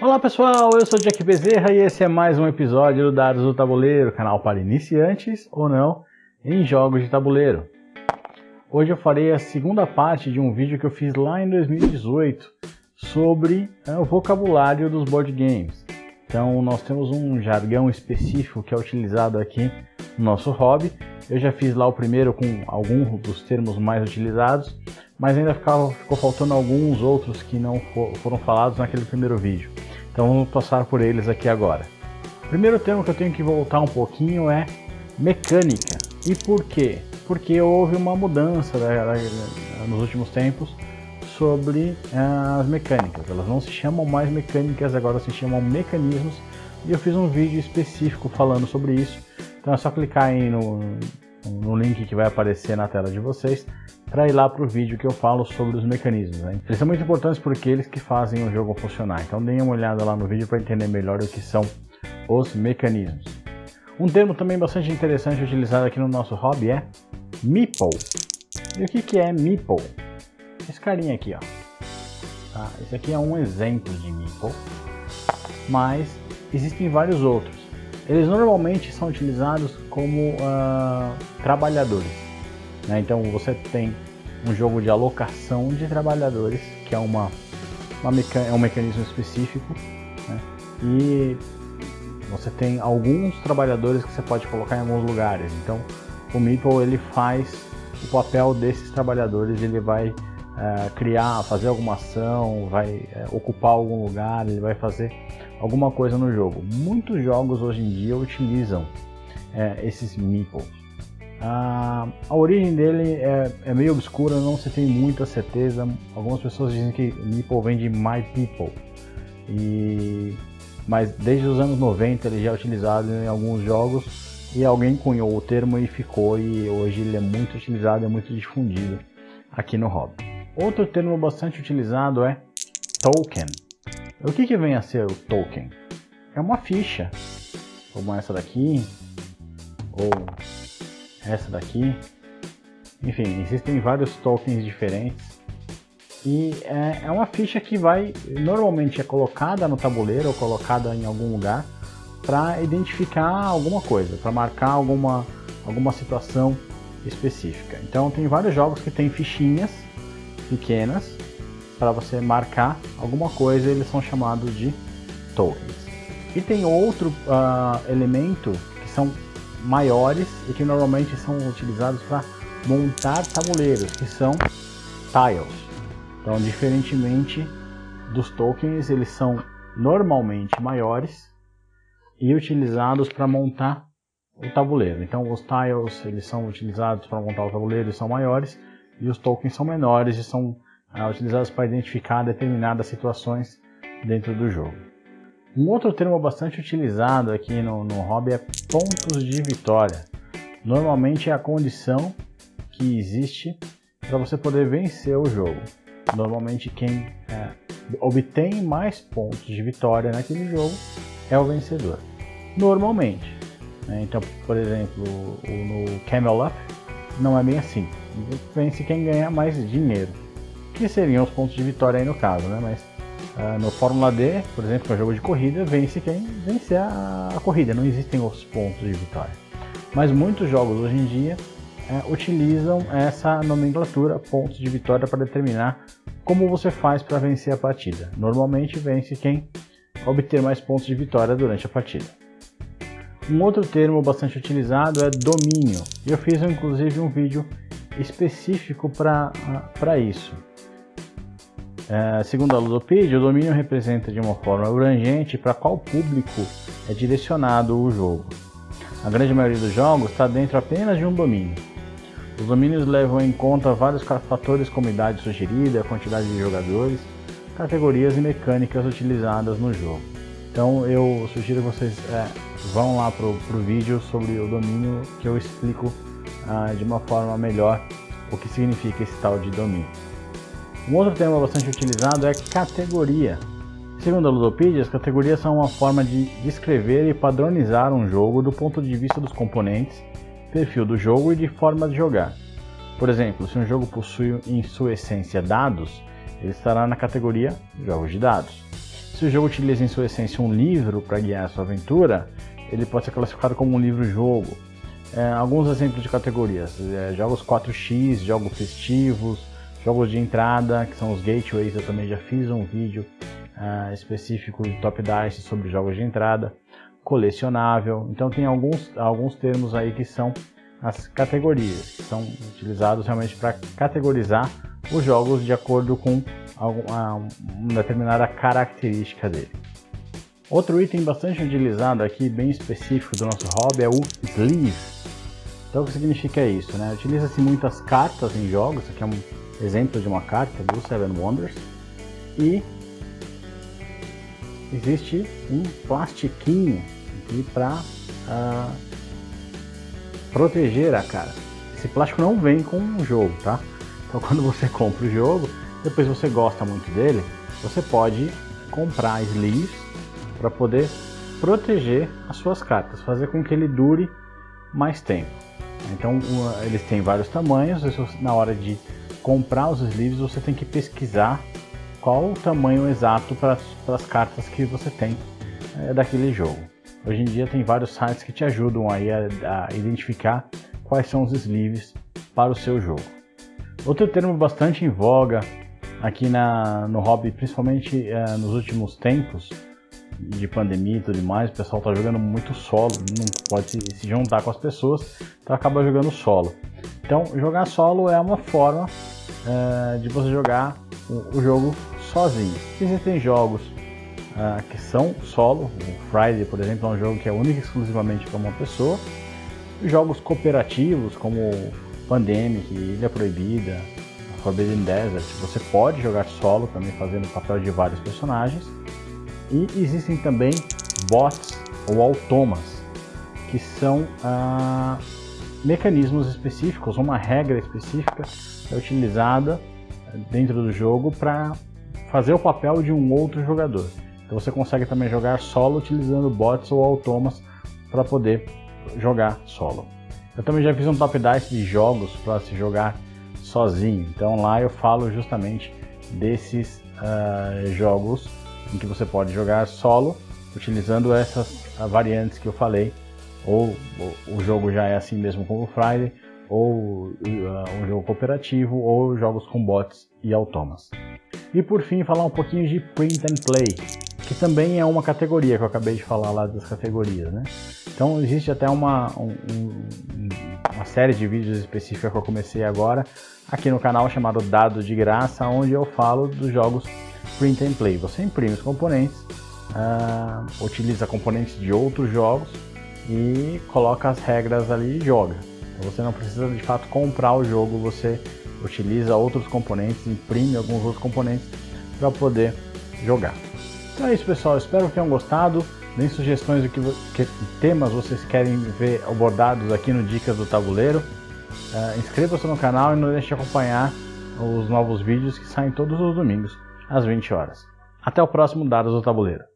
Olá pessoal, eu sou Jack Bezerra e esse é mais um episódio do Dados do Tabuleiro, canal para iniciantes ou não em jogos de tabuleiro. Hoje eu farei a segunda parte de um vídeo que eu fiz lá em 2018 sobre o vocabulário dos board games. Então nós temos um jargão específico que é utilizado aqui no nosso hobby. Eu já fiz lá o primeiro com alguns dos termos mais utilizados, mas ainda ficou faltando alguns outros que não foram falados naquele primeiro vídeo. Então vamos passar por eles aqui agora. O primeiro termo que eu tenho que voltar um pouquinho é mecânica. E por quê? Porque houve uma mudança nos últimos tempos sobre as mecânicas. Elas não se chamam mais mecânicas, agora se chamam mecanismos. E eu fiz um vídeo específico falando sobre isso. Então é só clicar aí no link que vai aparecer na tela de vocês para ir lá para o vídeo que eu falo sobre os mecanismos, né? Eles são muito importantes porque eles que fazem o jogo funcionar. Então deem uma olhada lá no vídeo para entender melhor o que são os mecanismos. Um termo também bastante interessante utilizado aqui no nosso hobby é Meeple. E o que é Meeple? Esse carinha aqui, ó. Tá? Esse aqui é um exemplo de Meeple, mas existem vários outros. Eles normalmente são utilizados como trabalhadores, né? Então você tem um jogo de alocação de trabalhadores, que é um mecanismo específico, né? E você tem alguns trabalhadores que você pode colocar em alguns lugares. Então o Meeple ele faz o papel desses trabalhadores, ele vai fazer alguma ação, vai ocupar algum lugar, ele vai fazer alguma coisa no jogo. Muitos jogos hoje em dia utilizam esses Meeples. A origem dele é meio obscura, não se tem muita certeza. Algumas pessoas dizem que Meeple vem de My People, mas desde os anos 90 ele já é utilizado em alguns jogos e alguém cunhou o termo e ficou, e hoje ele é muito utilizado, é muito difundido aqui no hobby. Outro termo bastante utilizado é token. O que vem a ser o token? É uma ficha, como essa daqui, ou essa daqui. Enfim, existem vários tokens diferentes. E é uma ficha que normalmente é colocada no tabuleiro ou colocada em algum lugar para identificar alguma coisa, para marcar alguma situação específica. Então tem vários jogos que tem fichinhas pequenas para você marcar alguma coisa, eles são chamados de tokens. E tem outro elemento que são maiores e que normalmente são utilizados para montar tabuleiros, que são tiles. Então, diferentemente dos tokens, eles são normalmente maiores e utilizados para montar o tabuleiro. Então os tiles eles são utilizados para montar o tabuleiro e são maiores, e os tokens são menores e são utilizados para identificar determinadas situações dentro do jogo. Um outro termo bastante utilizado aqui no hobby é pontos de vitória. Normalmente é a condição que existe para você poder vencer o jogo. Normalmente quem obtém mais pontos de vitória naquele jogo é o vencedor. Normalmente, né? Então, por exemplo, no Camel Up não é bem assim. Vence quem ganha mais dinheiro, que seriam os pontos de vitória aí no caso, né? Mas no Fórmula D, por exemplo, que é um jogo de corrida, vence quem vencer a corrida, não existem os pontos de vitória. Mas muitos jogos hoje em dia utilizam essa nomenclatura, pontos de vitória, para determinar como você faz para vencer a partida. Normalmente vence quem obter mais pontos de vitória durante a partida. Um outro termo bastante utilizado é domínio. Eu fiz inclusive um vídeo específico para isso. Segundo a Ludopedia, o domínio representa de uma forma abrangente para qual público é direcionado o jogo. A grande maioria dos jogos está dentro apenas de um domínio. Os domínios levam em conta vários fatores como idade sugerida, quantidade de jogadores, categorias e mecânicas utilizadas no jogo. Então eu sugiro que vocês vão lá pro vídeo sobre o domínio, que eu explico de uma forma melhor o que significa esse tal de domínio. Um outro tema bastante utilizado é categoria. Segundo a Ludopedia, as categorias são uma forma de descrever e padronizar um jogo do ponto de vista dos componentes, perfil do jogo e de forma de jogar. Por exemplo, se um jogo possui em sua essência dados, ele estará na categoria jogos de dados. Se o jogo utiliza em sua essência um livro para guiar a sua aventura, ele pode ser classificado como um livro-jogo. Alguns exemplos de categorias: jogos 4x, jogos festivos, jogos de entrada, que são os gateways. Eu também já fiz um vídeo específico de Top Dice sobre jogos de entrada. Colecionável. Então tem alguns termos aí que são as categorias, que são utilizados realmente para categorizar os jogos de acordo com uma determinada característica dele. Outro item bastante utilizado aqui, bem específico do nosso hobby, é o sleeve. Então o que significa isso, né? Utiliza-se muitas cartas em jogos. Aqui é um exemplo de uma carta do Seven Wonders. E existe um plastiquinho aqui para proteger a cara. Esse plástico não vem com o jogo, tá? Então quando você compra o jogo, depois você gosta muito dele, você pode comprar sleeves para poder proteger as suas cartas, fazer com que ele dure mais tempo. Então eles têm vários tamanhos. Na hora de comprar os sleeves, você tem que pesquisar qual o tamanho exato para as cartas que você tem daquele jogo. Hoje em dia tem vários sites que te ajudam aí a identificar quais são os sleeves para o seu jogo. Outro termo bastante em voga aqui no hobby, principalmente nos últimos tempos de pandemia e tudo mais, o pessoal está jogando muito solo, não pode se juntar com as pessoas, então acaba jogando solo. Então jogar solo é uma forma de você jogar o jogo sozinho. Existem jogos que são solo. O Friday, por exemplo, é um jogo que é único e exclusivamente para uma pessoa. Jogos cooperativos como Pandemic, Ilha Proibida, Forbidden Desert, você pode jogar solo também, fazendo o papel de vários personagens. E existem também bots ou automas, que são mecanismos específicos, uma regra específica é utilizada dentro do jogo para fazer o papel de um outro jogador. Então você consegue também jogar solo utilizando bots ou automas para poder jogar solo. Eu também já fiz um Top Dice de jogos para se jogar sozinho. Então lá eu falo justamente desses jogos em que você pode jogar solo utilizando essas variantes que eu falei. Ou o jogo já é assim mesmo como o Friday, ou um jogo cooperativo, ou jogos com bots e automas. E por fim, falar um pouquinho de Print and Play, que também é uma categoria que eu acabei de falar lá das categorias, né? Então existe até uma série de vídeos específica que eu comecei agora aqui no canal, chamado Dados de Graça, onde eu falo dos jogos Print and Play. Você imprime os componentes, utiliza componentes de outros jogos e coloca as regras ali e joga. Então você não precisa de fato comprar o jogo, você utiliza outros componentes, imprime alguns outros componentes para poder jogar. Então é isso, pessoal, espero que tenham gostado. Deem sugestões de que temas vocês querem ver abordados aqui no Dicas do Tabuleiro. Inscreva-se no canal e não deixe de acompanhar os novos vídeos que saem todos os domingos às 20 horas. Até o próximo Dados do Tabuleiro.